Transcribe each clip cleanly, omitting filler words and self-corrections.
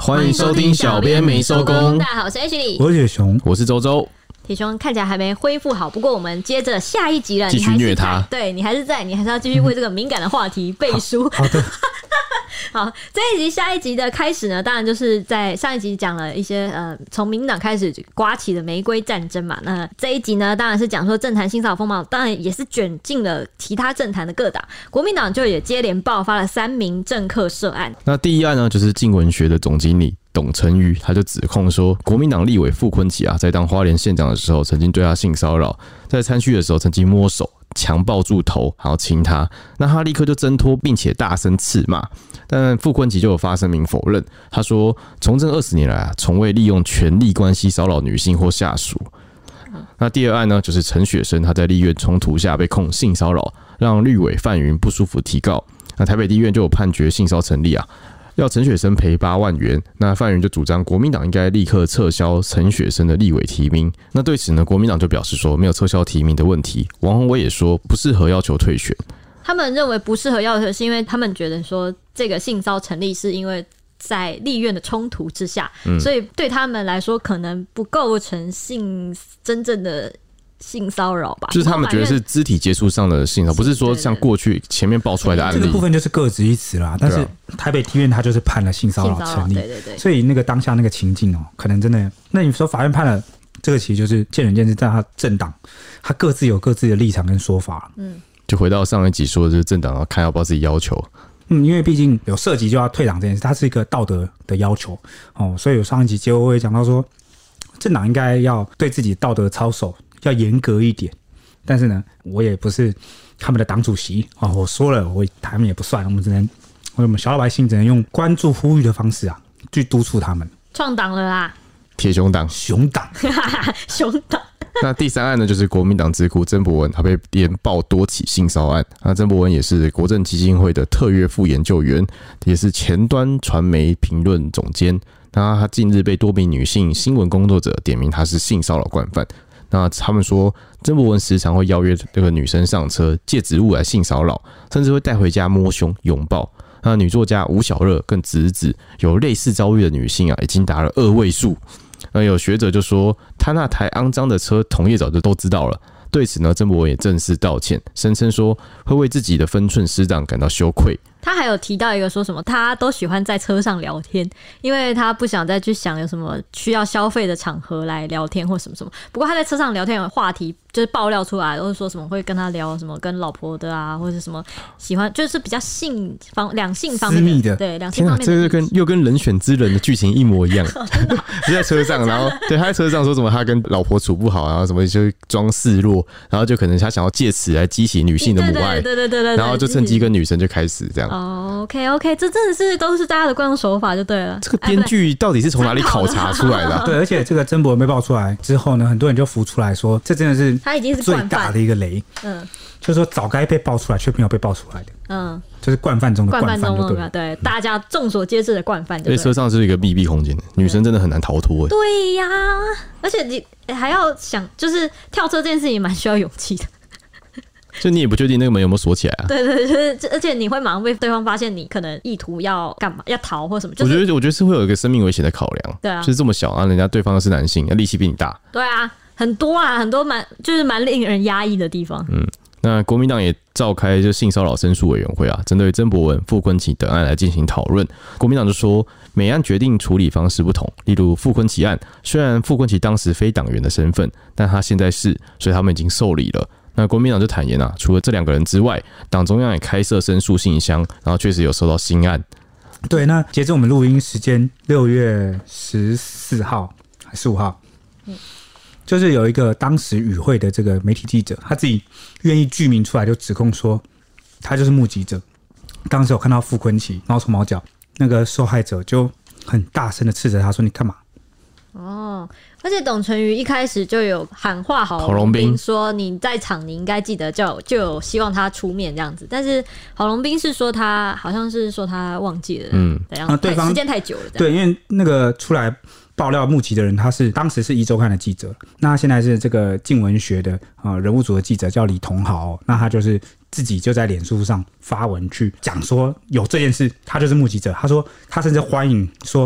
欢迎收听小编没收工。 大家好，我是 H 李， 我是铁熊， 我是周周。 铁熊看起来还没恢复好，不过我们接着下一集了， 继续虐他。 对，你还是要继续为这个敏感的话题背书。 好的。 好，这一集下一集的开始呢，当然就是在上一集讲了一些从民党开始刮起的玫瑰战争嘛。那这一集呢，当然是讲说政坛性骚扰风暴，当然也是卷进了其他政坛的各党。国民党就也接连爆发了3名政客涉案。 那第一案呢，就是静文学的总经理董成瑜，他就指控说，国民党立委傅昆萁啊，在当花莲县长的时候，曾经对他性骚扰，在参选的时候曾经摸手、强抱住头，还要亲他。那他立刻就挣脱，并且大声斥骂。但傅昆萁就有发声明否认，他说，从政20年来啊，从未利用权力关系骚扰女性或下属。那第二案呢，就是陈雪生，他在立院冲突下被控性骚扰，让立委范云不舒服提告。那台北地院就有判决性骚成立啊。要陈雪生赔8万元，那范云就主张国民党应该立刻撤销陈雪生的立委提名。那对此呢，国民党就表示说没有撤销提名的问题。王宏威也说不适合要求退选。 他们认为不适合要求，是因为他们觉得说这个性骚成立是因为在立院的冲突之下，所以对他们来说可能不构成真正的性骚扰吧， 就是他们觉得是肢体接触上的性骚扰，不是说像过去前面爆出来的案例。 这个部分就是各执一词啦，但是台北地院他就是判了性骚扰成立， 对， 所以那个当下那个情境可能真的，那你说法院判了，这个其实就是见仁见智，在他政党，他各自有各自的立场跟说法。 就回到上一集说的，就是政党要看要不要自己要求。 因为毕竟有涉及就要退党这件事，它是一个道德的要求所以有上一集结尾我也讲到说，政党应该要对自己道德操守要严格一点。但是呢，我也不是他们的党主席我说了，他们也不算，我们小老百姓只能用关注呼吁的方式去督促他们。 创党了啦， 铁熊党， 熊党， 熊党。 那第三案呢，就是国民党智库曾博文，他被连爆多起性骚案。那曾博文也是国政基金会的特约副研究员，也是前端传媒评论总监。那他近日被多名女性新闻工作者点名他是性骚扰惯犯。那他们说，曾博文时常会邀约这个女生上车，借职务来性骚扰，甚至会带回家摸胸、拥抱。那女作家吴小热更直指，有类似遭遇的女性已经达了2位数。有学者就说，他那台肮脏的车同业早就都知道了。对此呢，曾博文也正式道歉，声称说会为自己的分寸失当感到羞愧。 他还有提到一个说什么，他都喜欢在车上聊天，因为他不想再去想有什么需要消费的场合来聊天或什么什么。不过他在车上聊天有话题就是爆料出来，都是说什么会跟他聊什么跟老婆的或者什么喜欢，就是比较两性方面的，对两性方面的。 天这又跟人选之人的剧情一模一样。就在车上，然后对他在车上说什么他跟老婆处不好，然后什么就装示弱，然后就可能他想要借此来激起女性的母爱， 对， 然后就趁机跟女生就开始这样。 OK， 这真的是都是大家的惯用手法就对了。 这个编剧到底是从哪里考察出来的？ 对，而且这个曾博文被爆出来之后呢，很多人就浮出来说，这真的是他已经是最大的一个雷。就是说早该被爆出来，却没有被爆出来的。就是惯犯中的惯犯，就对了。 对，大家众所皆知的惯犯。 因为车上是一个密闭空间，女生真的很难逃脱。 对呀，而且你还要想，就是跳车这件事情蛮需要勇气的。 就你也不确定那个门有没有锁起来啊？ 对，就是而且你会马上被对方发现你可能意图要干嘛，要逃或什么。 我觉得是会有一个生命危险的考量。 对啊， 就是这么小人家对方是男性，力气比你大。 对啊，很多就是蛮令人压抑的地方。 那国民党也召开就性骚扰申诉委员会针对曾博文、傅昆萁等案来进行讨论。国民党就说，每案决定处理方式不同。例如傅昆萁案，虽然傅昆萁当时非党员的身份，但他现在是，所以他们已经受理了。那国民党就坦言除了这2个人之外，党中央也开设申诉信箱，然后确实有收到新案。 对，那截至我们录音时间6月14号还是15号，就是有一个当时与会的这个媒体记者，他自己愿意具名出来，就指控说他就是目击者。当时有看到傅昆萁毛手毛脚，那个受害者就很大声的斥责他说：“你干嘛？” 而且董成瑜一开始就有喊话郝龙斌说你在场你应该记得就有希望他出面这样子，但是郝龙斌是说他好像是说他忘记了，对方时间太久了， 对，因为那个出来爆料目击的人，他是当时是一周刊的记者，那他现在是这个静文学的人物组的记者，叫李同豪，那他就是自己就在脸书上发文去讲说有这件事，他就是目击者，他说他甚至欢迎说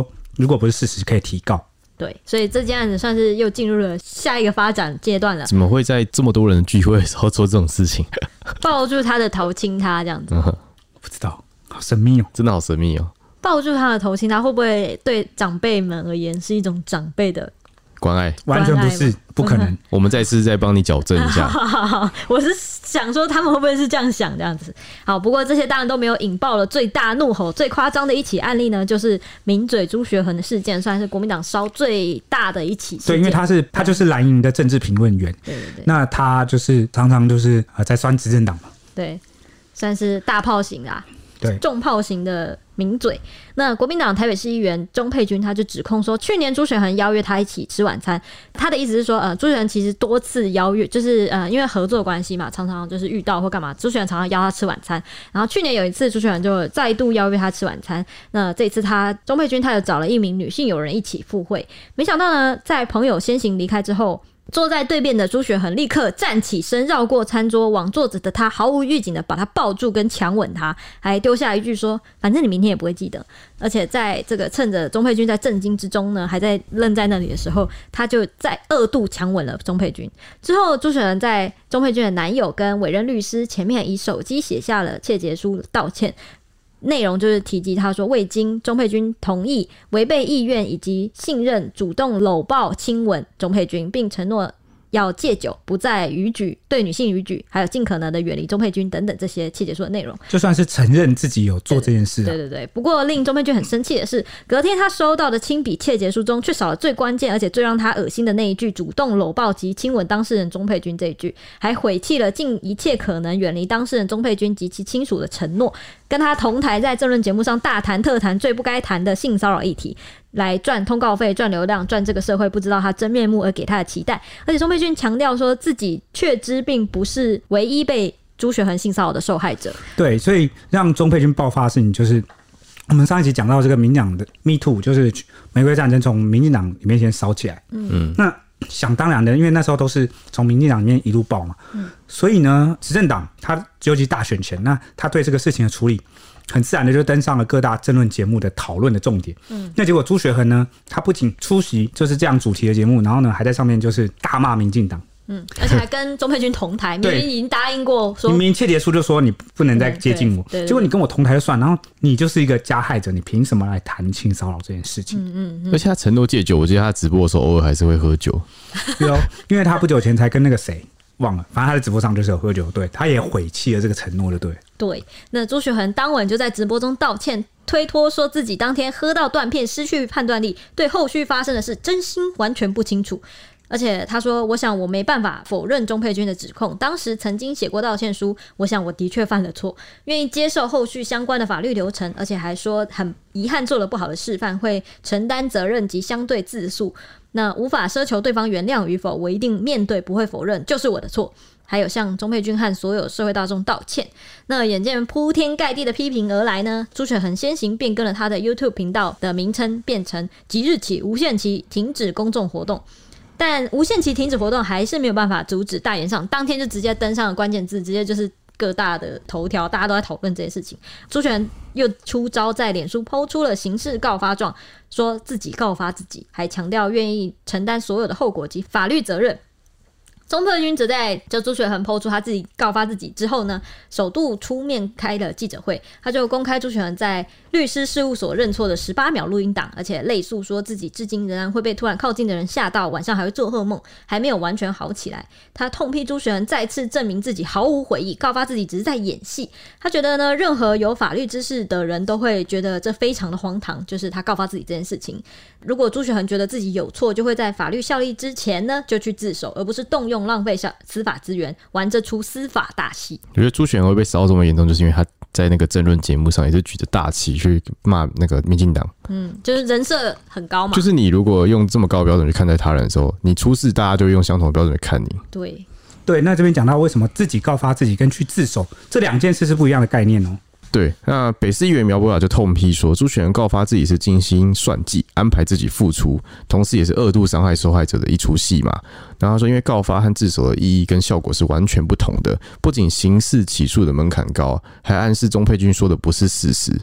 如果不是事实，可以提告。 对，所以这件案子算是又进入了下一个发展阶段了。 怎么会在这么多人的聚会的时候做这种事情？ 抱住他的头亲他这样子， 不知道，好神秘哦， 真的好神秘哦。 抱住他的头亲他，会不会对长辈们而言是一种长辈的关爱？ 完全不是，不可能。 我们再次再帮你矫正一下。 好，我是想说他们会不会是这样想这样子。好，不过这些当然都没有引爆了最大怒吼、最夸张的一起案例呢，就是名嘴朱学恒的事件，算是国民党烧最大的一起事件。 对，因为他就是蓝营的政治评论员， 对对对， 那他就是常常就是在酸执政党嘛， 对，算是大炮型啦。 对， 重炮型的名嘴。那国民党台北市议员钟佩君他就指控说，去年朱学恒邀约他一起吃晚餐，他的意思是说，朱学恒其实多次邀约，就是因为合作关系嘛，常常就是遇到或干嘛，朱学恒常常邀他吃晚餐。然后去年有一次，朱学恒就再度邀约他吃晚餐。那这一次钟佩君他又找了一名女性友人一起赴会，没想到呢，在朋友先行离开之后，坐在对面的朱学恒立刻站起身，绕过餐桌，往坐着的他毫无预警的把他抱住跟强吻他，还丢下一句说：“反正你明天也不会记得。”而且在这个趁着钟佩君在震惊之中呢，还在愣在那里的时候，他就再2度强吻了钟佩君。之后，朱学恒在钟佩君的男友跟委任律师前面以手机写下了切结书道歉。内容就是提及他说未经钟佩君同意，违背意愿以及信任，主动搂抱亲吻钟佩君，并承诺要戒酒，不再逾矩，对女性逾矩，还有尽可能的远离钟佩君等等这些切结书的内容， 就算是承认自己有做这件事、啊。 对对对。不过令钟佩君很生气的是，隔天他收到的亲笔切结书中却少了最关键而且最让他恶心的那一句主动搂抱及亲吻当事人钟佩君这一句，还毁弃了尽一切可能远离当事人钟佩君及其亲属的承诺，跟他同台在政论节目上大谈特谈最不该谈的性骚扰议题，来赚通告费、赚流量、赚这个社会不知道他真面目而给他的期待。而且钟佩君强调说自己确知并不是唯一被朱学恒性骚扰的受害者。 对，所以让钟佩君爆发的事情就是我们上一集讲到这个民进党的 Me Too， 就是玫瑰战争从民进党里面先烧起来。那想当然的，因为那时候都是从民进党里面一路爆嘛，所以呢，执政党他尤其大选前，那他对这个事情的处理，很自然的就登上了各大政论节目的讨论的重点。那结果朱学恒呢，他不仅出席就是这样主题的节目，然后呢还在上面就是大骂民进党。 而且还跟钟佩君同台，明明已经答应过说， 明明切结书就说你不能再接近我，结果你跟我同台就算，然后你就是一个加害者，你凭什么来谈性骚扰这件事情？ 而且他承诺戒酒，我记得他直播的时候偶尔还是会喝酒。 对哦，因为他不久前才跟那个谁忘了，反正他在直播上就是有喝酒，对，他也毁弃了这个承诺，对。 对，那朱学恒当晚就在直播中道歉，推脱说自己当天喝到断片，失去判断力，对后续发生的事真心完全不清楚。而且他说，我想我没办法否认钟佩君的指控，当时曾经写过道歉书，我想我的确犯了错，愿意接受后续相关的法律流程，而且还说很遗憾做了不好的示范，会承担责任及相对自诉，那无法奢求对方原谅与否，我一定面对，不会否认，就是我的错。还有向钟佩君和所有社会大众道歉。那眼见铺天盖地的批评而来呢，朱学恒先行变更了他的 YouTube 频道的名称，变成即日起无限期停止公众活动。但无限期停止活动还是没有办法阻止大言上，当天就直接登上了关键字，直接就是各大的头条，大家都在讨论这件事情。朱学恒又出招，在脸书抛出了刑事告发状，说自己告发自己，还强调愿意承担所有的后果及法律责任。钟佩君则在朱学恒抛出他自己告发自己之后呢，首度出面开了记者会，他就公开朱学恒在律师事务所认错的18秒录音档，而且类诉说自己至今仍然会被突然靠近的人吓到，晚上还会做噩梦，还没有完全好起来。他痛批朱学恒再次证明自己毫无悔意，告发自己只是在演戏。他觉得呢，任何有法律知识的人都会觉得这非常的荒唐，就是他告发自己这件事情。如果朱学恒觉得自己有错，就会在法律效力之前呢就去自首，而不是动用浪费司法资源，玩这出司法大戏。 我觉得朱学恒会被烧这么严重，就是因为他在那个政论节目上也是举着大旗去骂那个民进党， 就是人设很高嘛。 就是你如果用这么高的标准去看待他人的时候，你出事大家就会用相同的标准去看你。 对， 那这边讲到为什么自己告发自己跟去自首这两件事是不一样的概念哦。 对，那北市议员苗博雅就痛批说，朱学恒告发自己是精心算计，安排自己付出，同时也是2度伤害受害者的一出戏嘛。然后他说，因为告发和自首的意义跟效果是完全不同的，不仅刑事起诉的门槛高，还暗示钟佩君说的不是事实。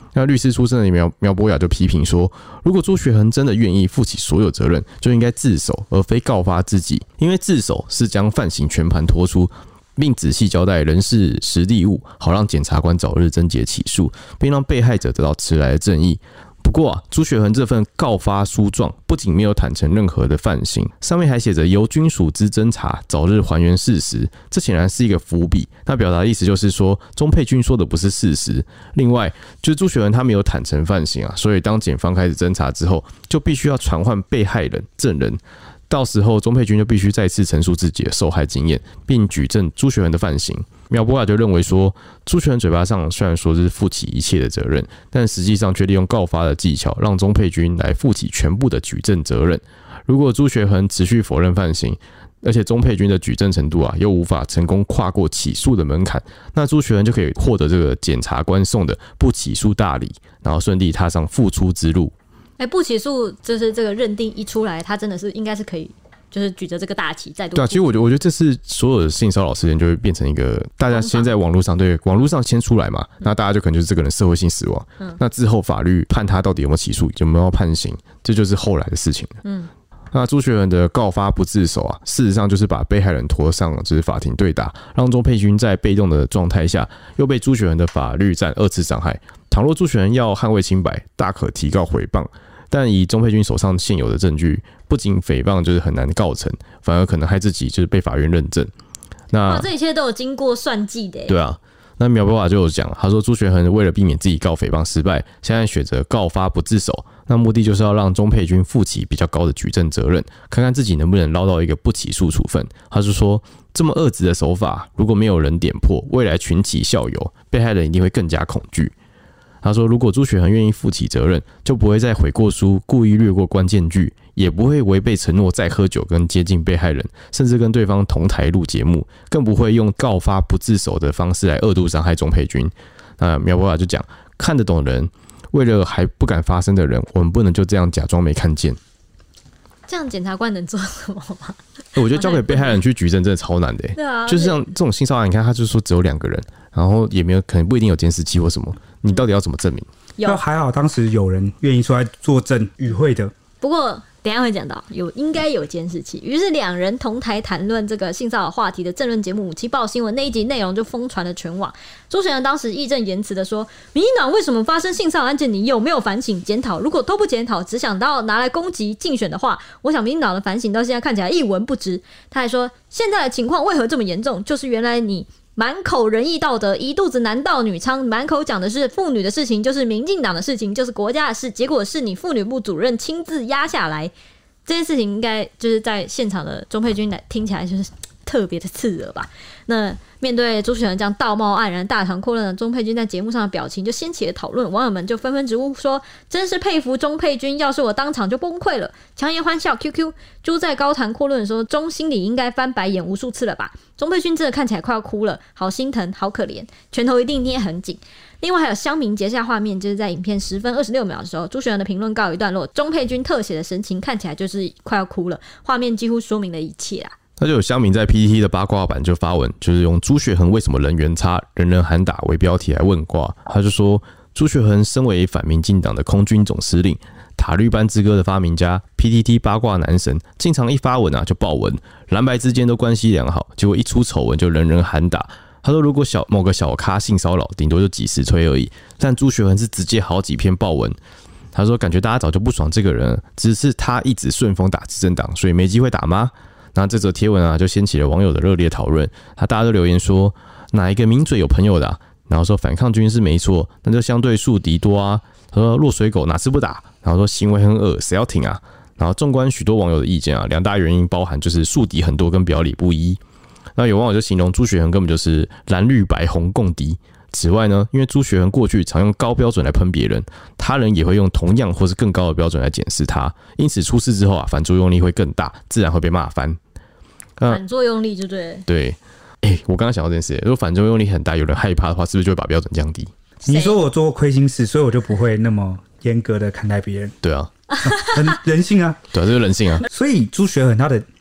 那律师出身的苗博雅就批评说，如果朱学恒真的愿意负起所有责任，就应该自首，而非告发自己，因为自首是将犯行全盘托出，并仔细交代人事实地物，好让检察官早日侦结起诉，并让被害者得到迟来的正义。不过朱学恒这份告发书状不仅没有坦诚任何的犯行，上面还写着由军属之侦查，早日还原事实。这显然是一个伏笔，那表达的意思就是说，钟佩君说的不是事实。另外，就是朱学恒他没有坦诚犯行所以当检方开始侦查之后，就必须要传唤被害人证人。到时候，钟佩君就必须再次陈述自己的受害经验，并举证朱学恒的犯行。苗博雅就认为说，朱学恒嘴巴上虽然说是负起一切的责任，但实际上却利用告发的技巧，让钟佩君来负起全部的举证责任。如果朱学恒持续否认犯行，而且钟佩君的举证程度又无法成功跨过起诉的门槛，那朱学恒就可以获得这个检察官送的不起诉大礼，然后顺利踏上复出之路。 不起诉就是这个认定一出来，他真的是应该是可以，就是举着这个大旗再度。 对啊，其实我觉得这是所有的性骚扰事件就会变成一个大家先在网络上先出来嘛，那大家就可能就是这个人社会性死亡，那之后法律判他到底有没有起诉，有没有判刑，这就是后来的事情了。那朱学恒的告发不自首事实上就是把被害人拖上就是法庭对打，让钟佩君在被动的状态下又被朱学恒的法律战二次伤害。倘若朱学恒要捍卫清白，大可提告诽谤。但以钟佩君手上现有的证据，不仅诽谤就是很难告成，反而可能害自己就是被法院认证。那这一切都有经过算计的。 对啊，那苗博雅就有讲，他说朱学恒为了避免自己告诽谤失败，现在选择告发不自首，那目的就是要让钟佩君负起比较高的举证责任，看看自己能不能捞到一个不起诉处分。他是说，这么恶质的手法，如果没有人点破，未来群起效尤，被害人一定会更加恐惧。他说，如果朱学恒愿意负起责任，就不会再悔过书故意略过关键句，也不会违背承诺再喝酒跟接近被害人，甚至跟对方同台录节目，更不会用告发不自首的方式来二度伤害钟佩君。那苗博雅就讲，看得懂人，为了还不敢发声的人，我们不能就这样假装没看见。 这样检察官能做什么吗？ 我觉得交给被害人去举证真的超难的。 对啊， 就是像这种性骚扰，你看他就说只有2个人，然后也没有可能不一定有监视器或什么，你到底要怎么证明？ 有还好当时有人愿意出来作证与会的。 不过等一下会讲到应该有监视器，于是2人同台谈论这个性骚扰话题的政论节目《母鸡报新闻》那一集内容就疯传了全网。朱学恒当时义正言辞的说，民进党为什么发生性骚扰案件，你有没有反省检讨？如果都不检讨，只想到拿来攻击竞选的话，我想民进党的反省到现在看起来一文不值。他还说，现在的情况为何这么严重，就是原来你满口仁义道德，一肚子男盗女娼，满口讲的是妇女的事情，就是民进党的事情，就是国家的事，结果是你妇女部主任亲自压下来。这件事情应该就是在现场的钟佩君听起来就是特别的刺耳吧。那面对朱学恒这样道貌岸然、大谈阔论的钟佩君在节目上的表情，就掀起了讨论。网友们就纷纷直呼说：“真是佩服钟佩君，要是我当场就崩溃了。”强颜欢笑 QQ， 朱在高谈阔论的时候，钟心里应该翻白眼无数次了吧？钟佩君真的看起来快要哭了，好心疼，好可怜，拳头一定捏很紧。另外还有乡民截下画面，就是在影片10分26秒的时候，朱学恒的评论告一段落，钟佩君特写的神情看起来就是快要哭了，画面几乎说明了一切啦。 那就有乡民在 PTT 的八卦版就发文，就是用朱学恒为什么人缘差，人人喊打为标题来问卦。他就说，朱学恒身为反民进党的空军总司令，塔绿班之歌的发明家， PTT 八卦男神，经常一发文就爆文，蓝白之间都关系良好，结果一出丑闻就人人喊打。他说，如果某个小咖性骚扰，顶多就几十推而已，但朱学恒是直接好几篇爆文。他说，感觉大家早就不爽这个人了，只是他一直顺风打执政党，所以没机会打吗？那这则贴文就掀起了网友的热烈讨论。大家都留言说，哪一个名嘴有朋友的然后说反抗军是没错，那就相对树敌多啊。他说落水狗哪次不打？然后说行为很恶，谁要挺啊？然后纵观许多网友的意见2大原因包含就是树敌很多跟表里不一。那有网友就形容朱学恒根本就是蓝绿白红共敌。此外呢，因为朱学恒过去常用高标准来喷别人，他人也会用同样或是更高的标准来检视他，因此出事之后反作用力会更大，自然会被骂翻。 反作用力就对了。 对，我刚刚想到这件事，如果反作用力很大，有人害怕的话，是不是就会把标准降低？ 你说我做过亏心事，所以我就不会那么严格的看待别人。 对啊， 人性啊， 对啊，这是人性啊。 所以朱学恒他的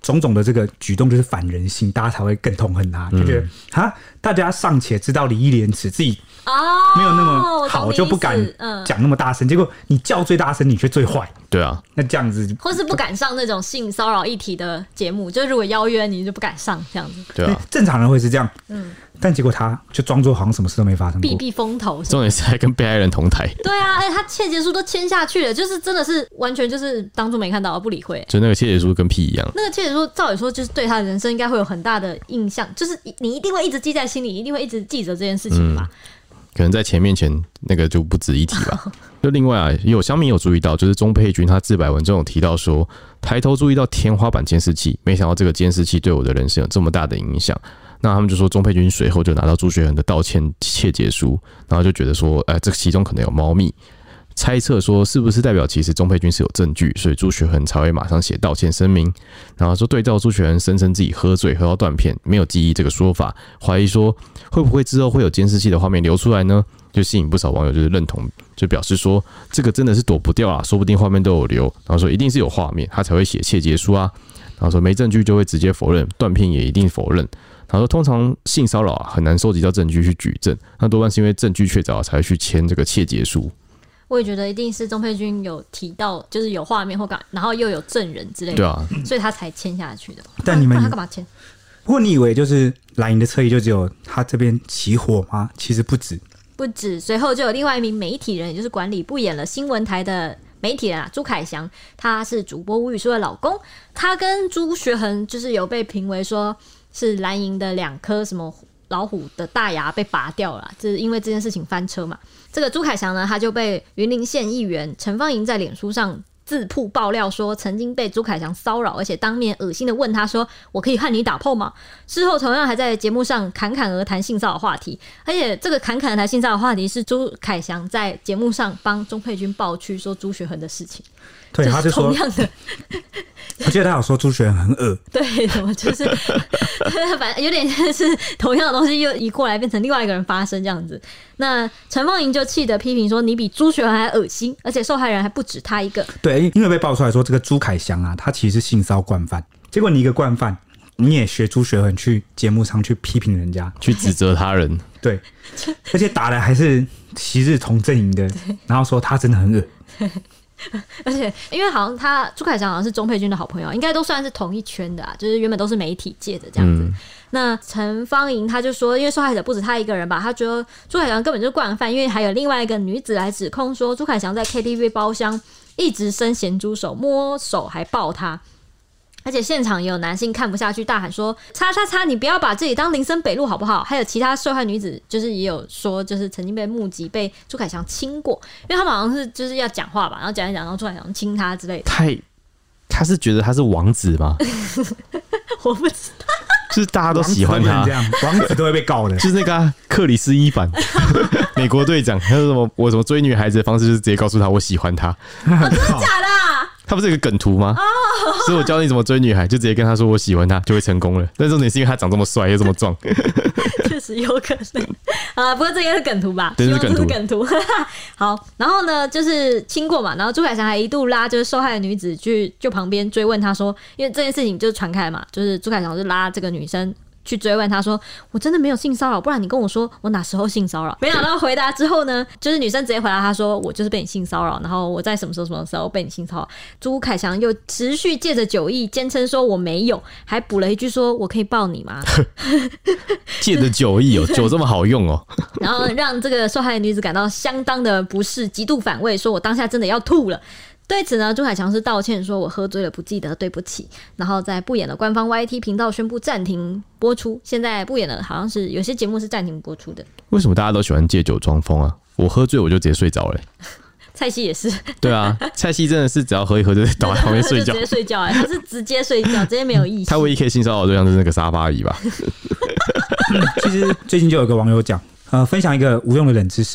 种种的这个举动就是反人性，大家才会更痛恨他，就觉得大家尚且知道礼义廉耻，自己没有那么好，就不敢讲那么大声。结果你叫最大声，你却最坏。 对啊， 那这样子， 或是不敢上那种性骚扰议题的节目，就如果邀约你就不敢上这样子。 对啊， 正常人会是这样，但结果他就装作好像什么事都没发生过， 避风头。 重点是还跟被害人同台。 对啊，他切结书都签下去了，就是真的是完全就是当作没看到，不理会。 就那个切结书跟屁一样。 那个切结书照理说就是对他的人生应该会有很大的印象，就是你一定会一直记在心里，一定会一直记着这件事情吧。 可能在前那个就不值一提吧。就另外有乡民有注意到，就是钟佩君他自白文中有提到说，抬头注意到天花板监视器，没想到这个监视器对我的人生有这么大的影响。那他们就说钟佩君随后就拿到朱学恒的道歉切结书，然后就觉得说，这其中可能有猫密，猜测说是不是代表其实钟佩君是有证据，所以朱学恒才会马上写道歉声明。然后说对照朱学恒声称自己喝醉喝到断片没有记忆这个说法，怀疑说会不会之后会有监视器的画面流出来呢？就吸引不少网友就是认同，就表示说这个真的是躲不掉啦，说不定画面都有留。然后说一定是有画面，他才会写切结书啊。然后说没证据就会直接否认，断片也一定否认。然后说通常性骚扰很难收集到证据去举证，那多半是因为证据确凿才会去签这个切结书。 我也觉得一定是钟佩君有提到，就是有画面或然后又有证人之类的， 对啊， 所以他才签下去的。 但你们他干嘛签？ 不过你以为就是蓝营的侧翼就只有他这边起火吗？其实不止。 随后就有另外一名媒体人，也就是管理不演了新闻台的媒体人朱凯翔，他是主播吴宇舒的老公，他跟朱学恒就是有被评为说是蓝营的2颗什么老虎的大牙被拔掉了，就是因为这件事情翻车嘛。这个朱凯翔呢，他就被云林县议员陈芳莹在脸书上自曝爆料说，曾经被朱凯翔骚扰，而且当面恶心的问他说：“我可以和你打炮吗？”事后同样还在节目上侃侃而谈性骚扰话题，而且这个侃侃而谈性骚扰话题是朱凯翔在节目上帮钟佩君爆出说朱学恒的事情。 对，他就说同样的， 我记得他有说朱学恒很恶， 对，什么就是反正有点是同样的东西又移过来变成另外一个人发生这样子。那陈芳莹就气得批评说：“你比朱学恒还恶心，而且受害人还不止他一个。” 对，因为被爆出来说这个朱凯翔啊，他其实是性骚惯犯，结果你一个惯犯，你也学朱学恒去节目上去批评人家， 去指责他人， 对，而且打的还是昔日同阵营的，然后说他真的很恶。 而且因为好像朱凯翔好像是钟佩君的好朋友，应该都算是同一圈的啊，就是原本都是媒体界的这样子。那陈芳莹他就说，因为受害者不止他一个人吧，他觉得朱凯翔根本就是惯犯，因为还有另外一个女子来指控说，朱凯翔在 KTV 包厢一直伸咸猪手，摸手还抱他。而且现场也有男性看不下去，大喊说：“叉叉叉，你不要把自己当林森北路好不好？”还有其他受害女子，就是也有说，就是曾经被目击被朱凯翔亲过，因为他们好像是就是要讲话吧，然后讲一讲，然后朱凯翔亲他之类的。 他是觉得他是王子吗？ 我不知道， 就是大家都喜欢他， 这样王子都会被告的。 就是那个克里斯伊凡，美国队长，他说什么？我怎么追女孩子的方式就是直接告诉他我喜欢她。 真的假的啊？ 他不是有个梗图吗？所以我教你怎么追女孩，就直接跟他说我喜欢她，就会成功了。但重点是因为他长这么帅又这么壮， 确实有可能啊。不过这应该是梗图吧？ 对，是梗图。好，然后呢，就是亲过嘛，然后朱凯翔还一度拉就是受害的女子去就旁边追问他说，因为这件事情就传开嘛，就是朱凯翔就拉这个女生去追问他说：“我真的没有性骚扰，不然你跟我说我哪时候性骚扰？”没想到回答之后呢，就是女生直接回答他说：“我就是被你性骚扰，然后我在什么时候什么时候被你性骚扰。”朱凯翔又持续借着酒意坚称说我没有，还补了一句说：“我可以抱你吗？” 借着酒意哦，酒这么好用哦， 然后让这个受害的女子感到相当的不适，极度反胃，说我当下真的要吐了。对此呢，朱凯翔是道歉说：“我喝醉了，不记得，对不起。”然后在不演的官方 YT 频道宣布暂停播出。现在不演了，好像是有些节目是暂停播出的。 为什么大家都喜欢借酒装疯啊？我喝醉我就直接睡着了。 蔡西也是， 对啊，蔡西真的是只要喝一喝就倒在旁边睡觉， 直接睡觉他是直接睡觉，直接没有意识。 他唯一可以性骚扰的对象就是那个沙发椅吧。 其实最近就有个网友讲。分享一个无用的冷知识，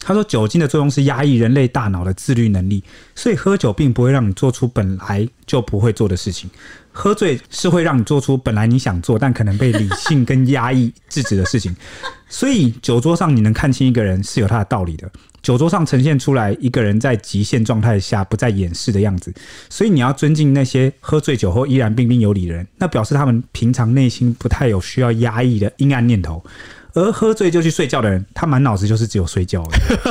他说酒精的作用是压抑人类大脑的自律能力，所以喝酒并不会让你做出本来就不会做的事情，喝醉是会让你做出本来你想做但可能被理性跟压抑制止的事情。所以酒桌上你能看清一个人是有他的道理的，酒桌上呈现出来一个人在极限状态下不再掩饰的样子，所以你要尊敬那些喝醉酒后依然彬彬有礼的人，那表示他们平常内心不太有需要压抑的阴暗念头。而喝醉就去睡觉的人，他满脑子就是只有睡觉而已。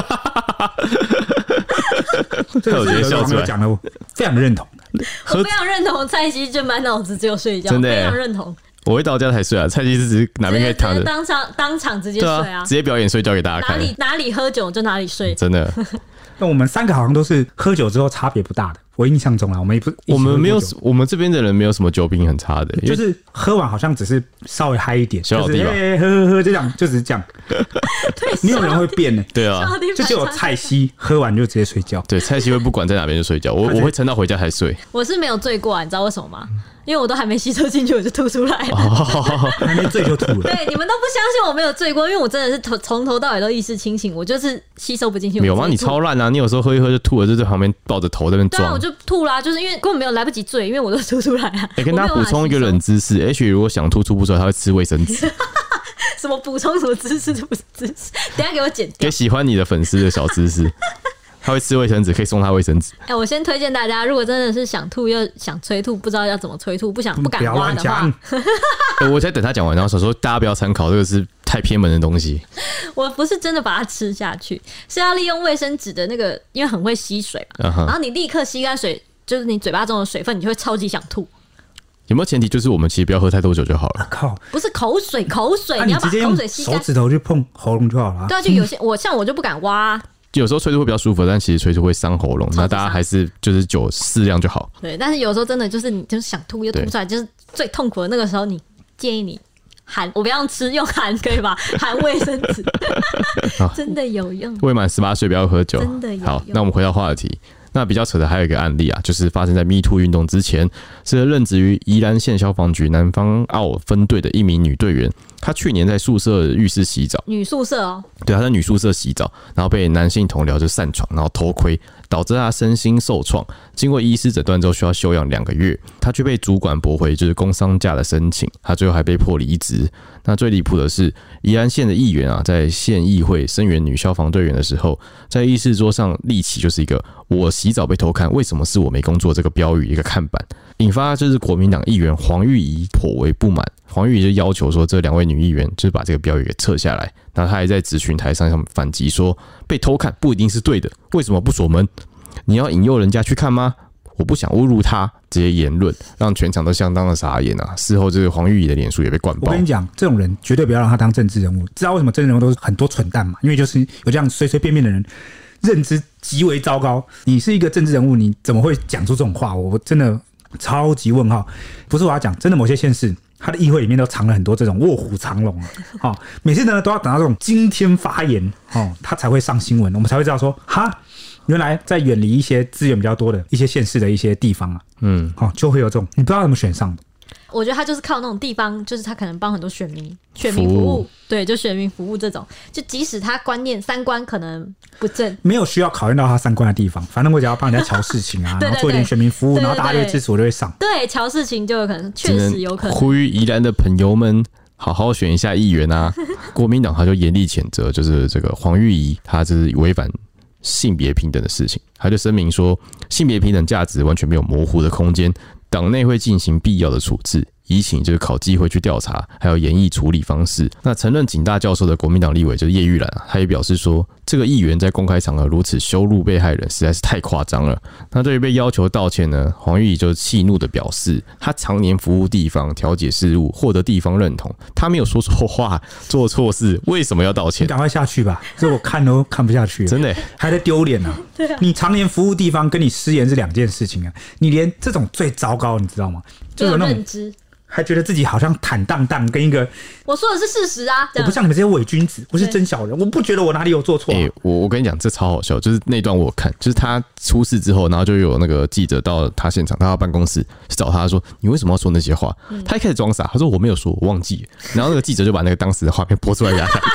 这个是有网友讲的，我非常认同。 我非常认同蔡西就满脑子只有睡觉， 真的非常认同。 我会到家才睡啊，蔡西是只是哪边可以躺着， 当场直接睡啊， 直接表演睡觉给大家看。 哪里喝酒就哪里睡， 真的。 那我们3个好像都是喝酒之后差别不大的，我印象中啦，我们没有， 我们这边的人没有什么酒品很差的， 就是喝完好像只是稍微嗨一点， 小弟吧， 喝就这样，就只是这样，没有人会变呢。对啊，就只有蔡西喝完就直接睡觉。对， 蔡西会不管在哪边就睡觉，我会撑到回家才睡。 我是没有醉过啊，你知道为什么吗？因为我都还没吸收进去我就吐出来了， 还没醉就吐了。 对，你们都不相信我没有醉过，因为我真的是从头到尾都意识清醒，我就是吸收不进去。 没有吗？你超烂啊！你有时候喝一喝就吐了，就在旁边抱着头在那边撞。 对啊，我就吐啦，就是因为根本没有来不及醉，因为我都吐出来了。 跟大家补充一个冷知识 ，H 如果想吐不出来，他会吃卫生纸。 什么补充什么知识？不是知识，等一下给我剪掉。 给喜欢你的粉丝的小知识。他会吃卫生纸，可以送他卫生纸。 我先推荐大家，如果真的是想吐又想催吐，不知道要怎么催吐，不敢挖的话， 我在等他讲完，然后想说大家不要参考，这个是太偏门的东西。 我不是真的把它吃下去，是要利用卫生纸的那个，因为很会吸水嘛，然后你立刻吸干水，就是你嘴巴中的水分，你就会超级想吐。 有没有前提就是我们其实不要喝太多酒就好了？ 靠， 不是口水，你要把口水吸干， 手指头去碰喉咙就好了。 对啊，就有些我就不敢挖。 有时候催吐会比较舒服，但其实催吐会伤喉咙。那大家还是就是酒适量就好。 对，但是有时候真的就是你就是想吐又吐不出来，就是最痛苦的那个时候，你建议你含，我不要吃，用含可以吧？含卫生纸，真的有用。 未满18岁不要喝酒， 真的有用。 好，那我们回到话题。那比较扯的还有一个案例啊，就是发生在 MeToo 运动之前，是任职于宜兰县消防局南方澳分队的一名女队员，她去年在宿舍浴室洗澡， 女宿舍哦， 对，她在女宿舍洗澡，然后被男性同僚就擅闯，然后偷窥，导致她身心受创。经过医师诊断之后，需要休养2个月，她却被主管驳回就是工伤假的申请，她最后还被迫离职。那最离谱的是，宜兰县的议员啊，在县议会声援女消防队员的时候，在议事桌上立起就是一个“我洗澡被偷看，为什么是我没工作”这个标语一个看板，引发就是国民党议员黄玉仪颇为不满。黄玉仪就要求说，这2位女议员就是把这个标语给撤下来。那她还在质询台上反击说，被偷看不一定是对的，为什么不锁门？你要引诱人家去看吗？我不想侮辱他，这些言论让全场都相当的傻眼啊！事后这个黄玉仪的脸书也被灌爆。 我跟你讲，这种人绝对不要让他当政治人物。知道为什么政治人物都是很多蠢蛋嘛？因为就是有这样随随便便的人，认知极为糟糕。你是一个政治人物，你怎么会讲出这种话？我真的超级问号。不是我要讲，真的某些县市，他的议会里面都藏了很多这种卧虎藏龙啊！每次呢都要等到这种惊天发言他才会上新闻，我们才会知道说哈。原来在远离一些资源比较多的一些县市的一些地方啊，就会有这种你不知道怎么选上的。 我觉得他就是靠那种地方，就是他可能帮很多选民服务，对，就选民服务这种，就即使他观念3观可能不正， 没有需要考验到他3观的地方，反正我只要帮人家瞧事情啊，然后做一点选民服务，然后大家就会支持我，就会上。 对，瞧事情就有可能，确实有可能。 呼吁宜兰的朋友们，好好选一下议员啊！国民党他就严厉谴责，就是这个黄玉仪，他就是违反性别平等的事情，他就声明说，性别平等价值完全没有模糊的空间，党内会进行必要的处置，以请就是考纪会去调查，还有研议处理方式。那曾任警大教授的国民党立委就是叶玉兰他也表示说，这个议员在公开场合如此羞辱被害人，实在是太夸张了。那对于被要求道歉呢，黄玉仪就气怒的表示，他常年服务地方，调解事务，获得地方认同，他没有说错话，做错事，为什么要道歉？ 你赶快下去吧，这我看都看不下去了， 真的还在丢脸啊！你常年服务地方跟你失言是2件事情啊！你连这种最糟糕，你知道吗？ 就有认知。 还觉得自己好像坦荡荡，跟一个我说的是事实啊！ 我不像你们这些伪君子，我是真小人，我不觉得我哪里有做错。 我跟你讲，这超好笑，就是那段我看，就是他出事之后，然后就有那个记者到他现场，到他办公室去找他说：“你为什么要说那些话？”他一开始装傻，他说：“我没有说，我忘记了。”然后那个记者就把那个当时的画面播出来给他看。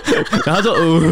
然后他说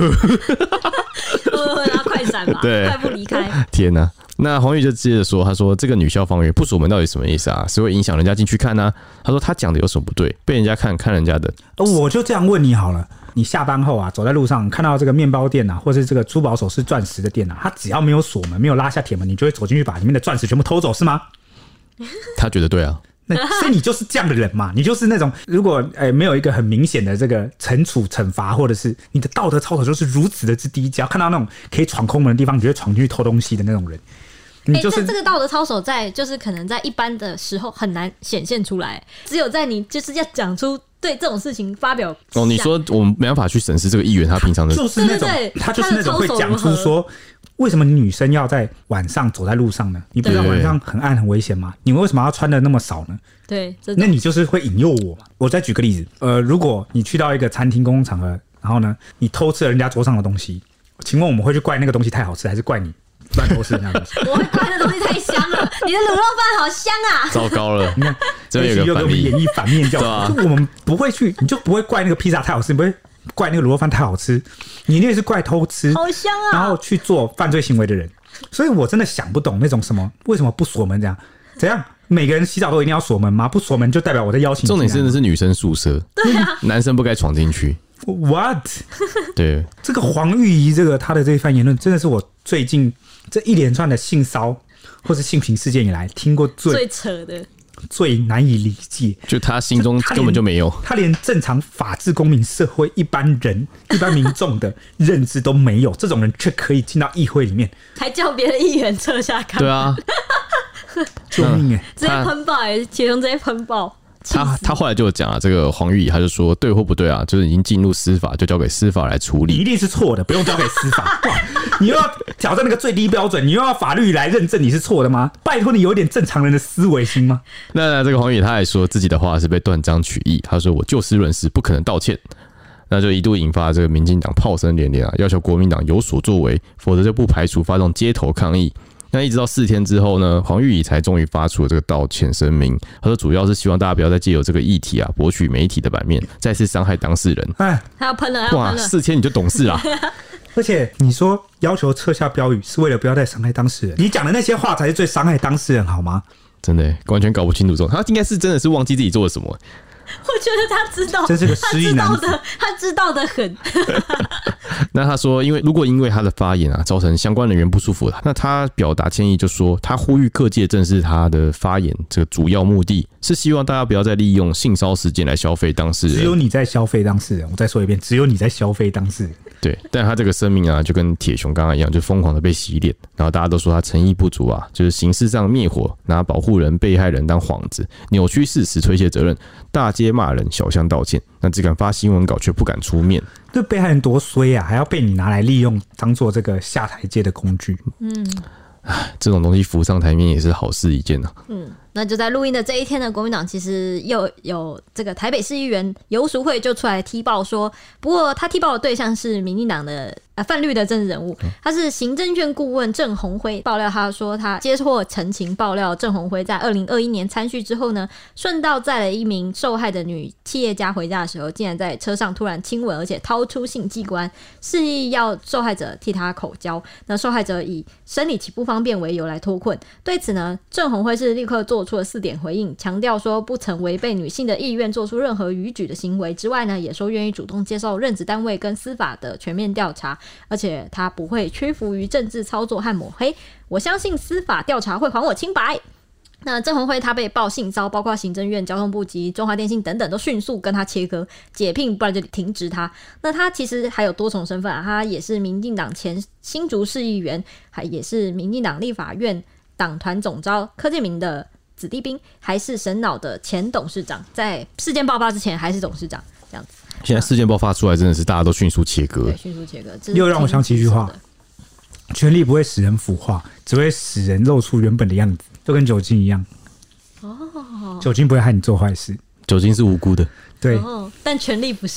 然后快闪吧， 对快步离开。 天哪！那黄玉就接着说，他说这个女校方员不锁门到底什么意思啊？是会影响人家进去看啊？他说他讲的有什么不对？被人家看人家的。 我就这样问你好了，你下班后啊，走在路上看到这个面包店啊，或是这个珠宝首饰钻石的店啊，它只要没有锁门，没有拉下铁门，你就会走进去把里面的钻石全部偷走，是吗？ 他觉得对啊。 所以你就是这样的人嘛，你就是那种如果没有一个很明显的这个惩罚，或者是你的道德操守就是如此的之低，只要看到那种可以闯空门的地方，你就会闯进去偷东西的那种人。你就是但这个道德操守就是可能在一般的时候很难显现出来，只有在你就是要讲出对这种事情发表你说我们没办法去审视这个议员他平常的， 就是那种他就是那种会讲出说，为什么你女生要在晚上走在路上呢？你不知道晚上很暗很危险吗？你们为什么要穿的那么少呢？ 对， 那你就是会引诱我嘛。我再举个例子，如果你去到一个餐厅公共场合，然后呢，你偷吃了人家桌上的东西，请问我们会去怪那个东西太好吃，还是怪你乱偷吃人家的东西？ 我会怪那东西太香了，你的卤肉饭好香啊！ 糟糕了， 你看， 这边有个反例， 演绎反面教材，就我们不会去，你就不会怪那个披萨太好吃，你不会怪那个卤肉饭太好吃，你一定是怪偷吃， 好香啊， 然后去做犯罪行为的人。所以我真的想不懂那种什么为什么不锁门这样？怎样？每个人洗澡都一定要锁门吗？不锁门就代表我在邀请。 重点真的是女生宿舍， 对啊， 男生不该闯进去。 What？ 对， 这个黄玉仪他的这一番言论，真的是我最近这一连串的性骚或是性平事件以来听过最扯的。 最难以理解， 就他心中根本就没有， 他连正常法治公民社会一般民众的认知都没有，这种人却可以进到议会里面， 还叫别的议员撤下看。 对啊， 救命直接喷爆其中直接喷爆。 他后来就讲了，这个黄玉仪他就说对或不对啊，就是已经进入司法，就交给司法来处理。 你一定是错的，不用交给司法。你又要挑战那个最低标准，你又要法律来认证你是错的吗？拜托你有点正常人的思维心吗？ 那这个黄玉仪他还说自己的话是被断章取义，他说我就事论事，不可能道歉。那就一度引发这个民进党炮声连连啊，要求国民党有所作为，否则就不排除发动街头抗议。那一直到4天之后呢，黄玉仪才终于发出了这个道歉声明。他说主要是希望大家不要再借由这个议题啊，博取媒体的版面，再次伤害当事人。 他要喷了， 哇，4天你就懂事啦！ 而且你说要求撤下标语是为了不要再伤害当事人，你讲的那些话才是最伤害当事人，好吗？ 真的完全搞不清楚这种，他应该是真的是忘记自己做了什么。 我觉得他知道， 这是个失忆男子， 他知道的很。 那他说，如果因为他的发言啊，造成相关人员不舒服，那他表达歉意，就说他呼吁各界正视他的发言，这个主要目的是希望大家不要再利用性骚事件来消费当事人。 只有你在消费当事人，我再说一遍，只有你在消费当事人。 对，但他这个声明啊，就跟铁雄刚刚一样，就疯狂的被洗脸，然后大家都说他诚意不足啊，就是形式上灭火，拿保护人、被害人当幌子，扭曲事实，推卸责任，大街骂人，小巷道歉，那只敢发新闻稿却不敢出面。 这被害人多衰啊，还要被你拿来利用，当做这个下台阶的工具。 这种东西浮上台面也是好事一件啊。 那就在录音的这一天呢，国民党其实又有这个台北市议员游淑慧就出来踢爆说，不过他踢爆的对象是民进党的泛绿的政治人物，他是行政院顾问郑鸿辉。爆料他说他接获陈情爆料，郑鸿辉在2021年参叙之后呢，顺道载了一名受害的女企业家回家的时候，竟然在车上突然亲吻，而且掏出性器官，示意要受害者替他口交。那受害者以生理期不方便为由来脱困。对此呢，郑鸿辉是立刻做出了4点回应，强调说不曾违背女性的意愿做出任何逾矩的行为之外呢，也说愿意主动接受任职单位跟司法的全面调查，而且他不会屈服于政治操作和抹黑，我相信司法调查会还我清白。那郑鸿辉他被曝性骚，包括行政院、交通部及中华电信等等都迅速跟他切割解聘，不然就停职他。那他其实还有多重身份啊，他也是民进党前新竹市议员，也是民进党立法院党团总召柯建铭的子弟兵，还是神脑的前董事长，在事件爆发之前还是董事长这样子。 现在事件爆发出来，真的是大家都迅速切割， 对，迅速切割。 又让我想起一句话：权力不会使人腐化，只会使人露出原本的样子，就跟酒精一样。酒精不会害你做坏事， 酒精是无辜的。 对， 但权力不是。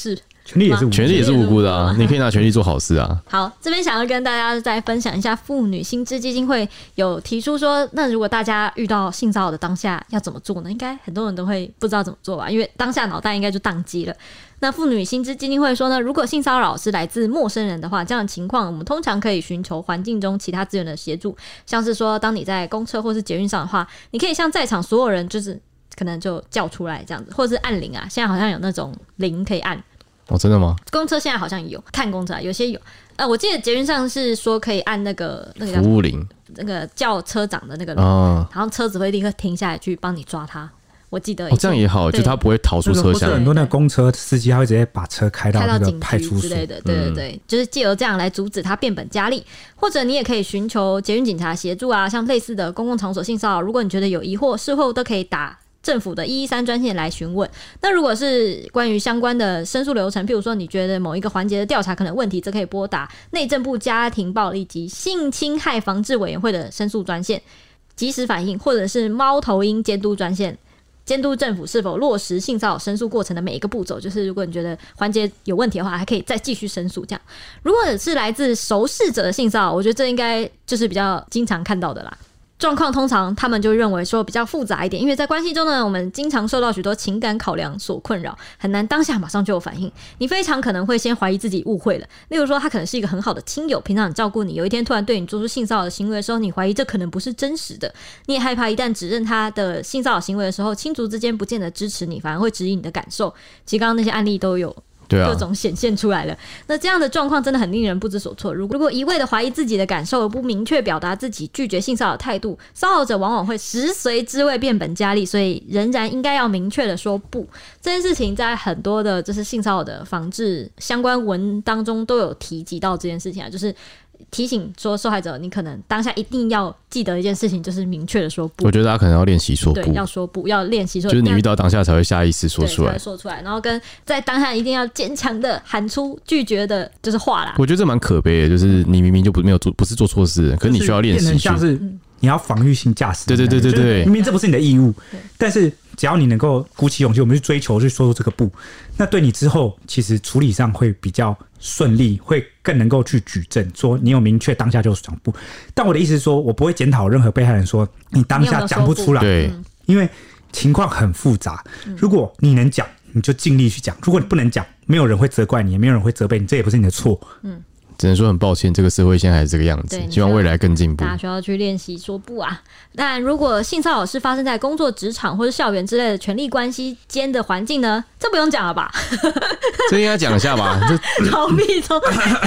权利也是无辜的， 权利也是无辜的啊，你可以拿权利做好事啊。 好，这边想要跟大家再分享一下，妇女新知基金会有提出说，那如果大家遇到性骚扰的当下要怎么做呢？应该很多人都会不知道怎么做吧，因为当下脑袋应该就宕机了。那妇女新知基金会说呢，如果性骚扰是来自陌生人的话，这样的情况我们通常可以寻求环境中其他资源的协助，像是说当你在公车或是捷运上的话，你可以向在场所有人就是可能就叫出来这样子，或者是按铃啊，现在好像有那种铃可以按。 哦，真的吗？ 公车现在好像有，看公车有些有。我记得捷运上是说可以按那个服务铃， 那个叫车长的那个铃，然后车子会立刻停下来去帮你抓他。我记得这样也好，就他不会逃出车厢。 很多那个公车司机他会直接把车开到那个派出所之类的，对，就是借由这样来阻止他变本加厉。或者你也可以寻求捷运警察协助啊，像类似的公共场所性骚扰，如果你觉得有疑惑，事后都可以打政府的113专线来询问。那如果是关于相关的申诉流程，譬如说你觉得某一个环节的调查可能有问题，则可以拨打内政部家庭暴力及性侵害防治委员会的申诉专线，及时反应，或者是猫头鹰监督专线，监督政府是否落实性骚扰申诉过程的每一个步骤，就是如果你觉得环节有问题的话，还可以再继续申诉。这样，如果是来自熟识者的性骚扰，我觉得这应该就是比较经常看到的啦。状况通常他们就认为说比较复杂一点，因为在关系中呢，我们经常受到许多情感考量所困扰，很难当下马上就有反应。你非常可能会先怀疑自己误会了，例如说他可能是一个很好的亲友，平常很照顾你，有一天突然对你做出性骚扰的行为的时候，你怀疑这可能不是真实的，你也害怕一旦指认他的性骚扰行为的时候，亲族之间不见得支持你，反而会质疑你的感受。其实刚刚那些案例都有各种显现出来了。那这样的状况真的很令人不知所措。如果一味的怀疑自己的感受而不明确表达自己拒绝性骚扰的态度，骚扰者往往会食髓知味，变本加厉。所以仍然应该要明确的说不。这件事情在很多的就是性骚扰的防治相关文当中都有提及到这件事情啊，就是提醒说受害者，你可能当下一定要记得一件事情，就是明确的说不。 我觉得大家可能要练习说不， 对，要说不，要练习说， 就是你遇到当下才会下意识说出来， 才会说出来，然后跟在当下一定要坚强的喊出拒绝的，就是话啦。 我觉得这蛮可悲的，就是你明明就不是做错事，可是你需要练习， 变成像是你要防御性驾驶。 对， 明明这不是你的义务，但是只要你能够鼓起勇气，我们去追求去说出这个不，那对你之后其实处理上会比较顺利，会更能够去举证，说你有明确当下就讲不。但我的意思是说，我不会检讨任何被害人说你当下讲不出来， 对， 因为情况很复杂。如果你能讲，你就尽力去讲；如果你不能讲，没有人会责怪你，也没有人会责备你，这也不是你的错。 只能说很抱歉，这个社会现在还是这个样子，希望未来更进步。 大家需要去练习说不啊！但如果性骚扰是发生在工作职场或是校园之类的权力关系间的环境呢？这不用讲了吧？ 这应该讲一下吧？ 逃避中，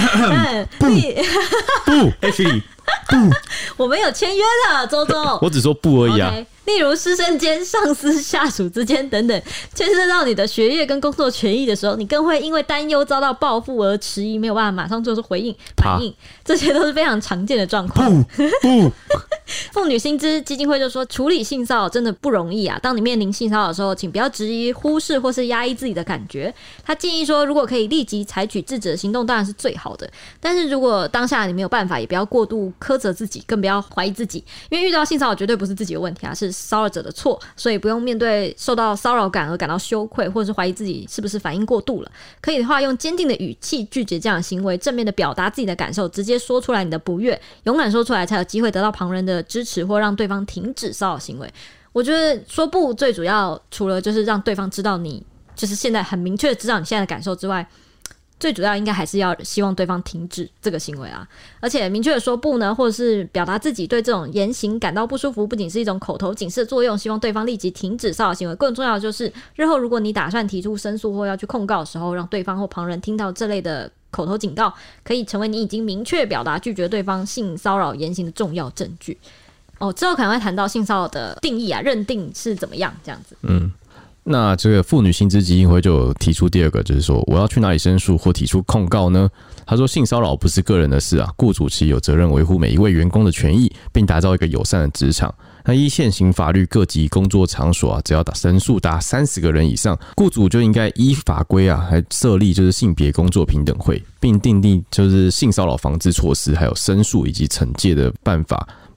不 ，H 不， 我们有签约的，周周， 我只说不而已啊。 Okay，例如师生间、上司下属之间等等，牵涉到你的学业跟工作权益的时候，你更会因为担忧遭到报复而迟疑，没有办法马上做出回应反应，这些都是非常常见的状况。 不， 妇女新知基金会就说，处理性骚扰真的不容易啊！当你面临性骚扰的时候，请不要质疑、忽视或是压抑自己的感觉。他建议说，如果可以立即采取制止的行动，当然是最好的。但是如果当下你没有办法，也不要过度苛责自己，更不要怀疑自己，因为遇到性骚扰绝对不是自己的问题啊，是骚扰者的错，所以不用面对受到骚扰感而感到羞愧，或者是怀疑自己是不是反应过度了。可以的话，用坚定的语气拒绝这样的行为，正面的表达自己的感受，直接说出来你的不悦，勇敢说出来，才有机会得到旁人的支持，或让对方停止骚扰行为。我觉得说不最主要，除了就是让对方知道你就是现在很明确的知道你现在的感受之外，最主要应该还是要希望对方停止这个行为啊。而且明确的说不呢，或者是表达自己对这种言行感到不舒服，不仅是一种口头警示的作用，希望对方立即停止骚扰行为，更重要的就是日后如果你打算提出申诉或要去控告的时候，让对方或旁人听到这类的口头警告，可以成为你已经明确表达拒绝对方性骚扰言行的重要证据。之后可能会谈到性骚扰的定义啊，认定是怎么样这样子。 那这个妇女新知基金会就有提出第二个，就是说我要去哪里申诉或提出控告呢？他说性骚扰不是个人的事啊，雇主其有责任维护每一位员工的权益，并打造一个友善的职场。那依现行法律，各级工作场所啊，只要申诉达30个人以上，雇主就应该依法规啊，还设立就是性别工作平等会，并订定就是性骚扰防治措施，还有申诉以及惩戒的办法，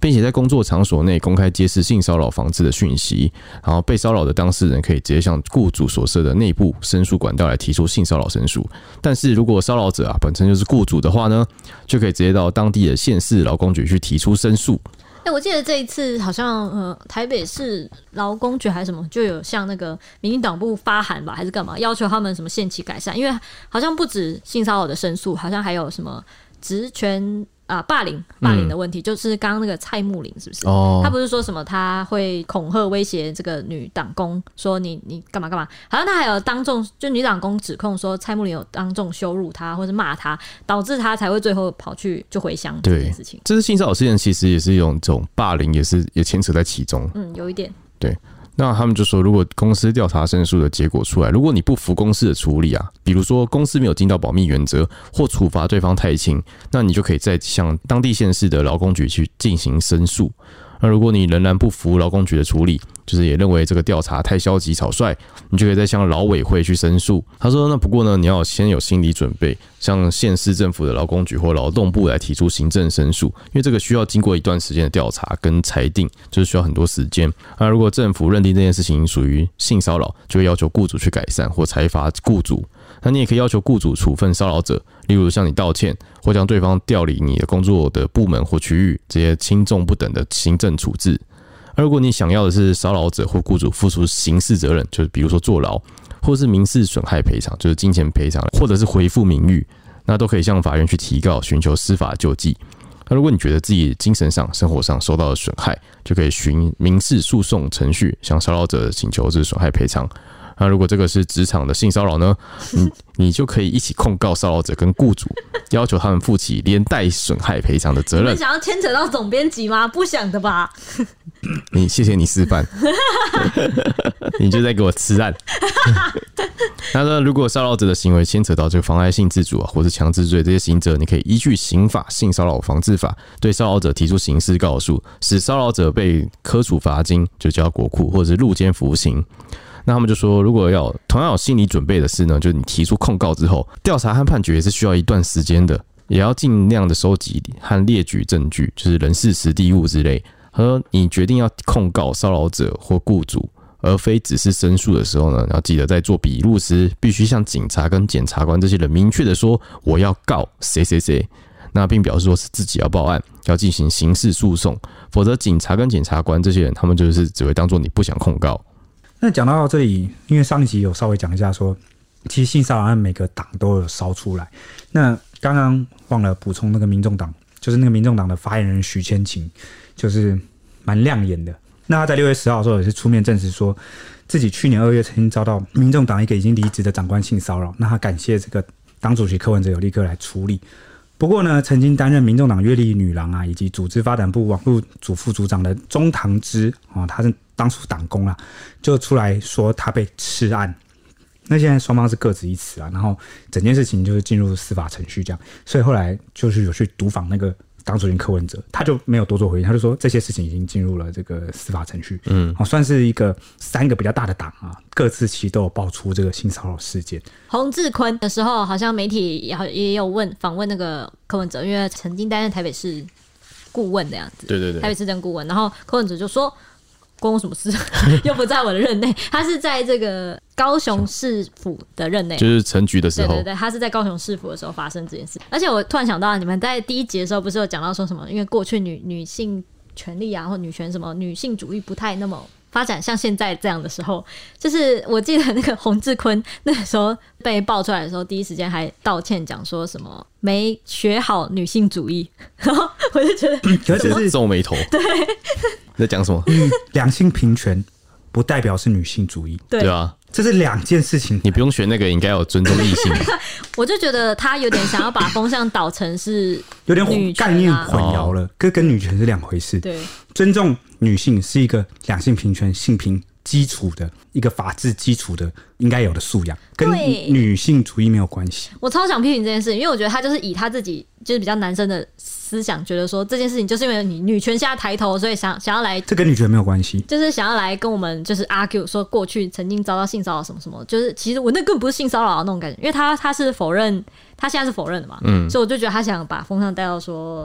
并且在工作场所内公开揭示性骚扰防治的讯息，然后被骚扰的当事人可以直接向雇主所设的内部申诉管道来提出性骚扰申诉。但是如果骚扰者本身就是雇主的话呢，就可以直接到当地的县市劳工局去提出申诉。 我记得这一次好像台北市劳工局还是什么，就有向那个民进党部发函吧，还是干嘛，要求他们什么限期改善，因为好像不止性骚扰的申诉，好像还有什么职权霸凌的问题，就是刚刚那个蔡慕林是不是？他不是说什么他会恐吓威胁这个女党工说你干嘛干嘛？好像他还有当众就女党工指控说蔡慕林有当众羞辱他或是骂他，导致他才会最后跑去就回乡这件事情。 这是性骚扰事件，其实也是一种这种霸凌，也牵扯在其中。 有一点。 对。那他们就说，如果公司调查申诉的结果出来，如果你不服公司的处理比如说公司没有尽到保密原则，或处罚对方太轻，那你就可以再向当地县市的劳工局去进行申诉。那如果你仍然不服劳工局的处理，就是也认为这个调查太消极草率，你就可以再向劳委会去申诉。他说，那不过呢，你要先有心理准备，向县市政府的劳工局或劳动部来提出行政申诉，因为这个需要经过一段时间的调查跟裁定，就是需要很多时间。那如果政府认定这件事情属于性骚扰，就会要求雇主去改善或裁罚雇主。那你也可以要求雇主处分骚扰者，例如向你道歉，或将对方调离你的工作的部门或区域，这些轻重不等的行政处置。而如果你想要的是骚扰者或雇主付出刑事责任，就是比如说坐牢，或是民事损害赔偿，就是金钱赔偿，或者是恢复名誉，那都可以向法院去提告，寻求司法救济。那如果你觉得自己精神上、生活上受到了损害，就可以循民事诉讼程序向骚扰者请求损害赔偿。那如果这个是职场的性骚扰呢，你就可以一起控告骚扰者跟雇主，要求他们负起连带损害赔偿的责任。 你们想要牵扯到总编辑吗？不想的吧？ 谢谢你示范，你就在给我吃案。那呢，如果骚扰者的行为牵扯到这个妨碍性自主或是强制罪这些刑责，你可以依据刑法性骚扰防治法对骚扰者提出刑事告诉，使骚扰者被科处罚金，就交国库或者是入监服刑。那他们就说，如果同样有心理准备的是呢，就是你提出控告之后，调查和判决也是需要一段时间的，也要尽量的收集和列举证据，就是人事实地物之类。他说，你决定要控告骚扰者或雇主，而非只是申诉的时候呢，要记得在做笔录时，必须向警察跟检察官这些人明确的说，我要告谁谁谁。那并表示说是自己要报案，要进行刑事诉讼，否则警察跟检察官这些人，他们就是只会当作你不想控告。 那讲到这里，因为上一集有稍微讲一下说，其实性骚扰案每个党都有烧出来。那刚刚忘了补充那个民众党，就是那个民众党的发言人徐千晴，就是蛮亮眼的。那他在6月10号的时候也是出面证实说，自己去年2月曾经遭到民众党一个已经离职的长官性骚扰，那他感谢这个党主席柯文哲有立刻来处理。不过呢，曾经担任民众党月历女郎以及组织发展部网络组副组长的钟堂之他是当初党工就出来说他被吃案。那现在双方是各执一词然后整件事情就是进入司法程序这样，所以后来就是有去读访那个党主席柯文哲，他就没有多做回应，他就说这些事情已经进入了这个司法程序。算是一个3个比较大的党各自其实都有爆出这个性骚扰事件。 洪志坤的时候，好像媒体也有访问那个柯文哲，因为曾经担任台北市顾问的样子， 对， 台北市政顾问，然后柯文哲就说，关我什么事？又不在我的任内，他是在这个高雄市府的任内， 就是陈局的时候， 对，他是在高雄市府的时候发生这件事。而且我突然想到，你们在第1集的时候不是有讲到说什么？因为过去女性权利或女权什么女性主义不太那么发展像现在这样的时候，就是我记得那个洪志坤那个时候被爆出来的时候，第一时间还道歉，讲说什么没学好女性主义，然后我就觉得可是皱眉头， 对， 在讲什么？ 两性平权不代表是女性主义， 对啊， 这是2件事情。 你不用学那个，应该有尊重异性。 我就觉得他有点想要把风向导成是有点概念混淆了，跟女权是2回事。 对， 尊重女性是一个两性平权、性平基础的一个法治基础的应该有的素养，跟女性主义没有关系。 我超想批评这件事情，因为我觉得他就是以他自己就是比较男生的思想，觉得说这件事情就是因为你女权现在抬头，所以想要来，这跟女权没有关系， 就是想要来跟我们就是 argue 说过去曾经遭到性骚扰什么什么，就是其实我那根本不是性骚扰那种感觉，因为他是否认，他现在是否认的嘛，所以我就觉得他想把风向带到说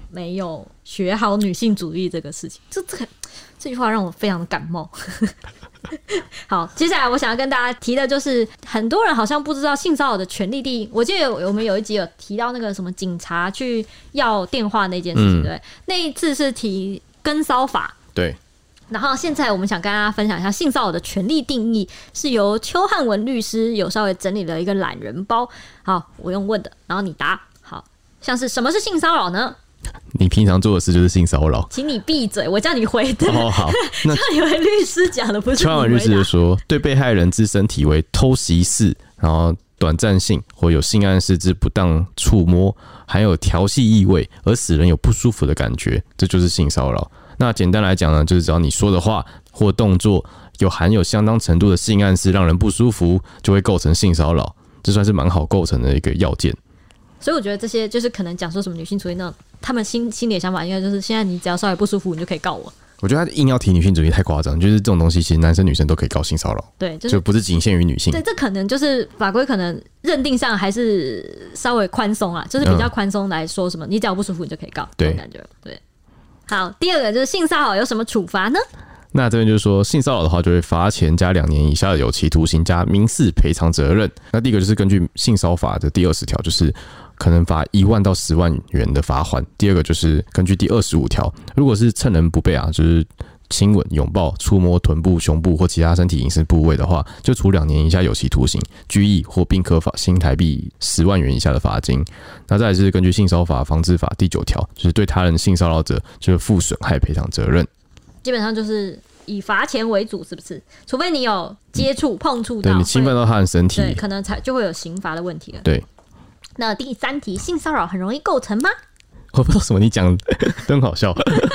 没有学好女性主义这个事情，这句话让我非常的感冒。好，接下来我想要跟大家提的就是，很多人好像不知道性骚扰的权利定义。我记得我们有一集有提到那个什么警察去要电话那件事情，对，那一次是提跟骚法， 对。 然后现在我们想跟大家分享一下性骚扰的权利定义，是由邱汉文律师有稍微整理了一个懒人包。好，我用问的，然后你答。好，像是什么是性骚扰呢？ 你平常做的事就是性骚扰， 请你闭嘴，我叫你回答。 哦，好，那叫你为律师讲的不是你回答。 邱汉文律师就说，对被害人之身体为偷袭式，然后短暂性或有性暗示之不当触摸，含有调戏意味而使人有不舒服的感觉，这就是性骚扰。那简单来讲呢，就是只要你说的话或动作有含有相当程度的性暗示，让人不舒服，就会构成性骚扰。这算是蛮好构成的一个要件。 所以我觉得这些就是可能讲说什么女性主义那种，他们心里的想法应该就是现在你只要稍微不舒服，你就可以告我。 我觉得他硬要提女性主义太夸张，就是这种东西其实男生女生都可以告性骚扰， 对， 就不是仅限于女性。 对，这可能就是法规可能认定上还是稍微宽松啦，就是比较宽松来说什么，你只要不舒服你就可以告，这种感觉。对，好，第二个就是性骚扰有什么处罚呢？ 那这边就是说，性骚扰的话就会罚钱加2年以下的有期徒刑加民事赔偿责任。那第一个就是根据性骚法的第20条，就是可能罚1万到10万元的罚款。第二个就是根据第25条，如果是趁人不备啊，就是亲吻、拥抱、触摸臀部、胸部或其他身体隐私部位的话，就处2年以下有期徒刑、拘役或并科新台币10万元以下的罚金。那再来是根据性骚法防治法第9条，就是对他人性骚扰者就是负损害赔偿责任。 基本上就是以罚钱为主，是不是？除非你有接触、碰触到， 对你侵犯到他人身体， 对，可能才就会有刑罚的问题了。 对。 那第3题，性骚扰很容易构成吗？ 我不知道什么，你讲都很好笑。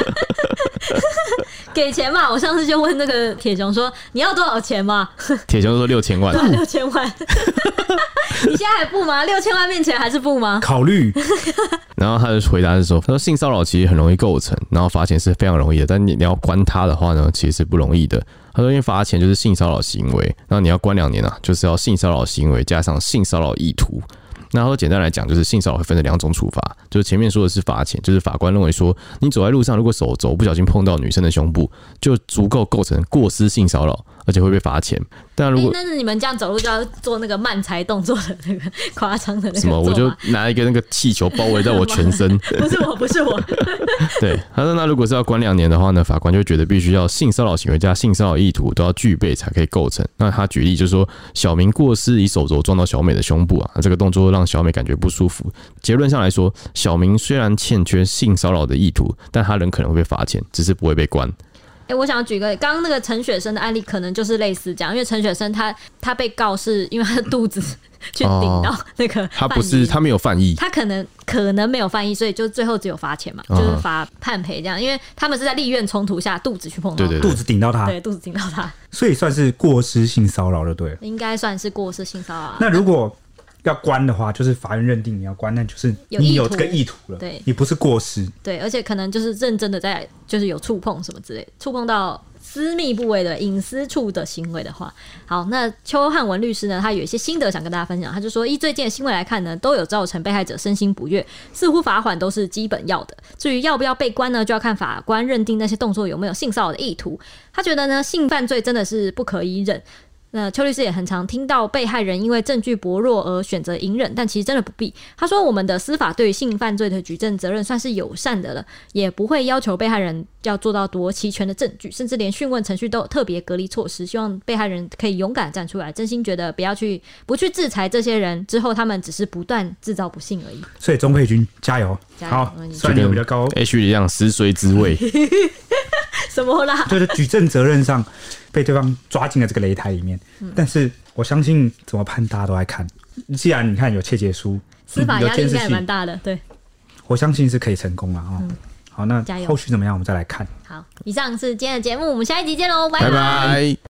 给钱嘛！我上次就问那个铁熊说：“你要多少钱嘛？” 铁熊说6000万 ，6000万。你现在还不吗？6000万面前还是不吗？ 考虑。 然后他的回答是说：“他说性骚扰其实很容易构成，然后罚钱是非常容易的，但你要关他的话呢，其实是不容易的。”他说：“因为罚钱就是性骚扰行为，然后你要关2年啊，就是要性骚扰行为加上性骚扰意图。”那简单来讲，就是性骚扰会分成2种处罚，就是前面说的是罚钱，就是法官认为说，你走在路上，如果手肘不小心碰到女生的胸部，就足够构成过失性骚扰，而且会被罚钱。但如果但是你们这样走路就要做那个慢才动作的那个夸张的那个什么，我就拿一个那个气球包围在我全身。 不是我。 对，他说那如果是要关2年的话呢，法官就会觉得必须要性骚扰行为加性骚扰意图都要具备才可以构成。那他举例就是说，小明过失以手肘撞到小美的胸部啊，这个动作让小美感觉不舒服。结论上来说，小明虽然欠缺性骚扰的意图，但他人可能会被罚钱，只是不会被关。 我想举个刚刚那个陈雪生的案例，可能就是类似这样，因为陈雪生他被告是因为他的肚子去顶到那个他没有犯意， 他可能没有犯意，所以就最后只有罚钱嘛，就是罚判赔这样，因为他们是在利益冲突下肚子去碰到， 对， 肚子顶到他， 对，肚子顶到他， 所以算是过失性骚扰就对了， 应该算是过失性骚扰。 那如果要关的话，就是法院认定你要关，那就是你有这个意图了， 对， 你不是过失， 对，而且可能就是认真的在就是有触碰什么之类，触碰到私密部位的隐私处的行为的话，好，那邱汉文律师呢，他有一些心得想跟大家分享。他就说，依最近的新闻来看呢，都有造成被害者身心不悦，似乎罚款都是基本要的。至于要不要被关呢，就要看法官认定那些动作有没有性骚扰的意图。他觉得呢，性犯罪真的是不可以忍。那邱律师也很常听到被害人因为证据薄弱而选择隐忍，但其实真的不必。他说，我们的司法对于性犯罪的举证责任算是友善的了，也不会要求被害人要做到多齐全的证据，甚至连讯问程序都有特别隔离措施，希望被害人可以勇敢站出来。真心觉得不去制裁这些人之后，他们只是不断制造不幸而已。 所以钟佩君加油，好，算你比较高 ，H 一样食髓知味。 什么啦？ 就是举证责任上被对方抓进了这个擂台里面，但是我相信怎么判大家都在看。既然你看有切结书， 司法压力应该也蛮大的，对， 我相信是可以成功了哦。好，那加油， 后续怎么样，我们再来看。 好，以上是今天的节目，我们下一集见喽，拜拜拜。